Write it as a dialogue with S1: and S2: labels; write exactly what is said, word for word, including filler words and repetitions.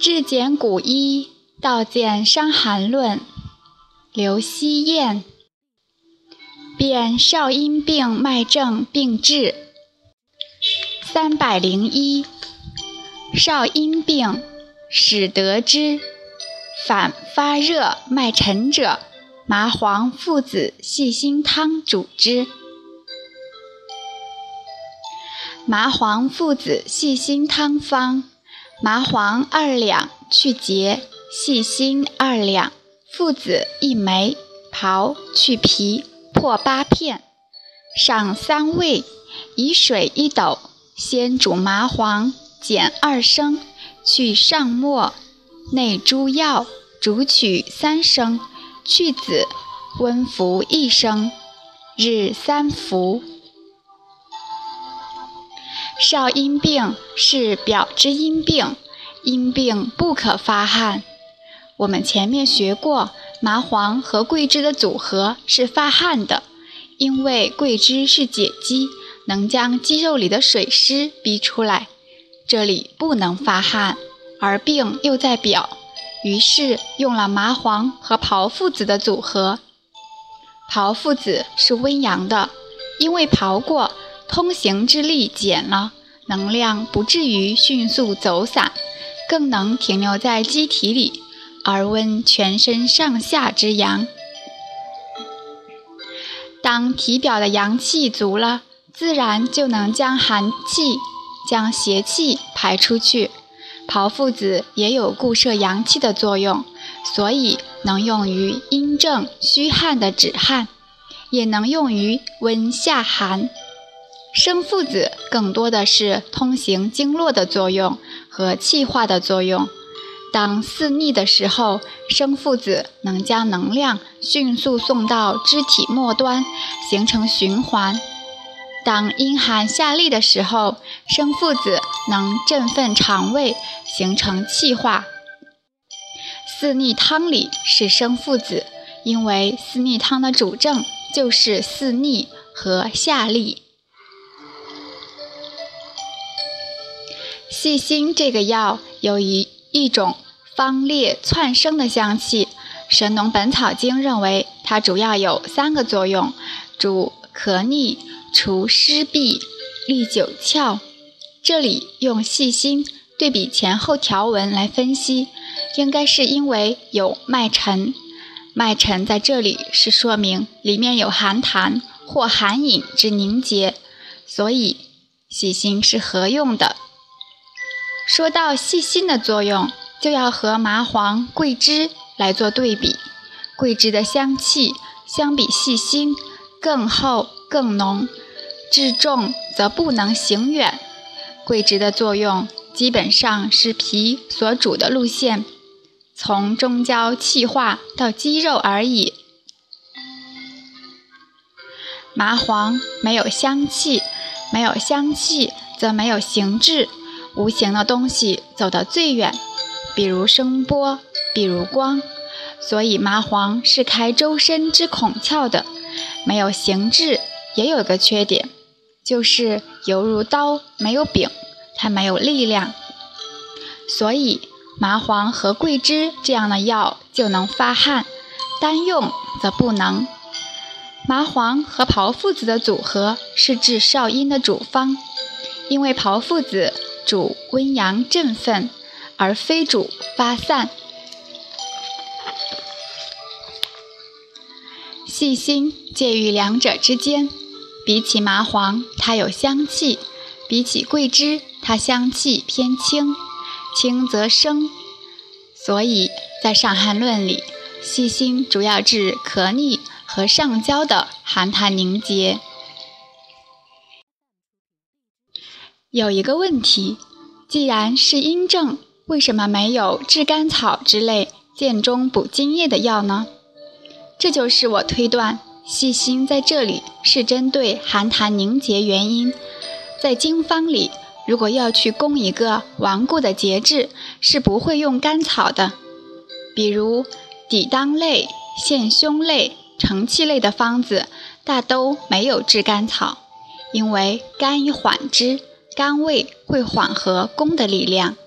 S1: 至简古医，道见伤寒论。刘希晏。辨少阴病脉证病治。三百零一。少阴病，始得之，反发热脉沉者，麻黄附子细辛汤主之。麻黄附子细辛汤方：麻黄二两去结，细辛二两，附子一枚，刨去皮，破八片，上三味，以水一斗，先煮麻黄，减二升，去上末，内诸药，煮取三升，去子，温服一升，日三服。少阴病是表之阴病，阴病不可发汗。我们前面学过，麻黄和桂枝的组合是发汗的，因为桂枝是解肌，能将肌肉里的水湿逼出来，这里不能发汗，而病又在表，于是用了麻黄和炮附子的组合。炮附子是温阳的，因为刨过，通行之力减了，能量不至于迅速走散，更能停留在机体里，而温全身上下之阳。当体表的阳气足了，自然就能将寒气、将邪气排出去。炮附子也有固摄阳气的作用，所以能用于阴症虚汗的止汗，也能用于温下寒。生附子更多的是通行经络的作用和气化的作用。当四逆的时候，生附子能将能量迅速送到肢体末端，形成循环。当阴寒下利的时候，生附子能振奋肠胃，形成气化。四逆汤里是生附子，因为四逆汤的主症就是四逆和下利。细辛这个药有一一种芳烈窜升的香气，《神农本草经》认为它主要有三个作用：主咳逆、除湿痹、利九窍。这里用细辛对比前后条文来分析，应该是因为有脉沉。脉沉在这里是说明里面有寒痰或寒饮之凝结，所以细辛是合用的。说到细辛的作用，就要和麻黄、桂枝来做对比。桂枝的香气相比细辛更厚更浓，至重则不能行远。桂枝的作用基本上是脾所主的路线，从中焦气化到肌肉而已。麻黄没有香气，没有香气则没有形质，无形的东西走得最远，比如声波，比如光，所以麻黄是开周身之孔窍的。没有形质也有个缺点，就是犹如刀没有柄，它没有力量。所以麻黄和桂枝这样的药就能发汗，单用则不能。麻黄和炮附子的组合是治少阴的主方，因为炮附子主温阳振奋，而非主发散。细辛介于两者之间，比起麻黄它有香气，比起桂枝它香气偏轻，轻则生，所以在伤寒论里，细辛主要治咳逆和上焦的寒痰凝结。有一个问题，既然是阴症，为什么没有炙甘草之类健中补津液的药呢？这就是我推断细辛在这里是针对寒痰凝结原因。在经方里，如果要去攻一个顽固的结质，是不会用甘草的。比如抵当类、陷胸类、承气类的方子大都没有炙甘草，因为甘以缓之，甘味会缓和攻的力量。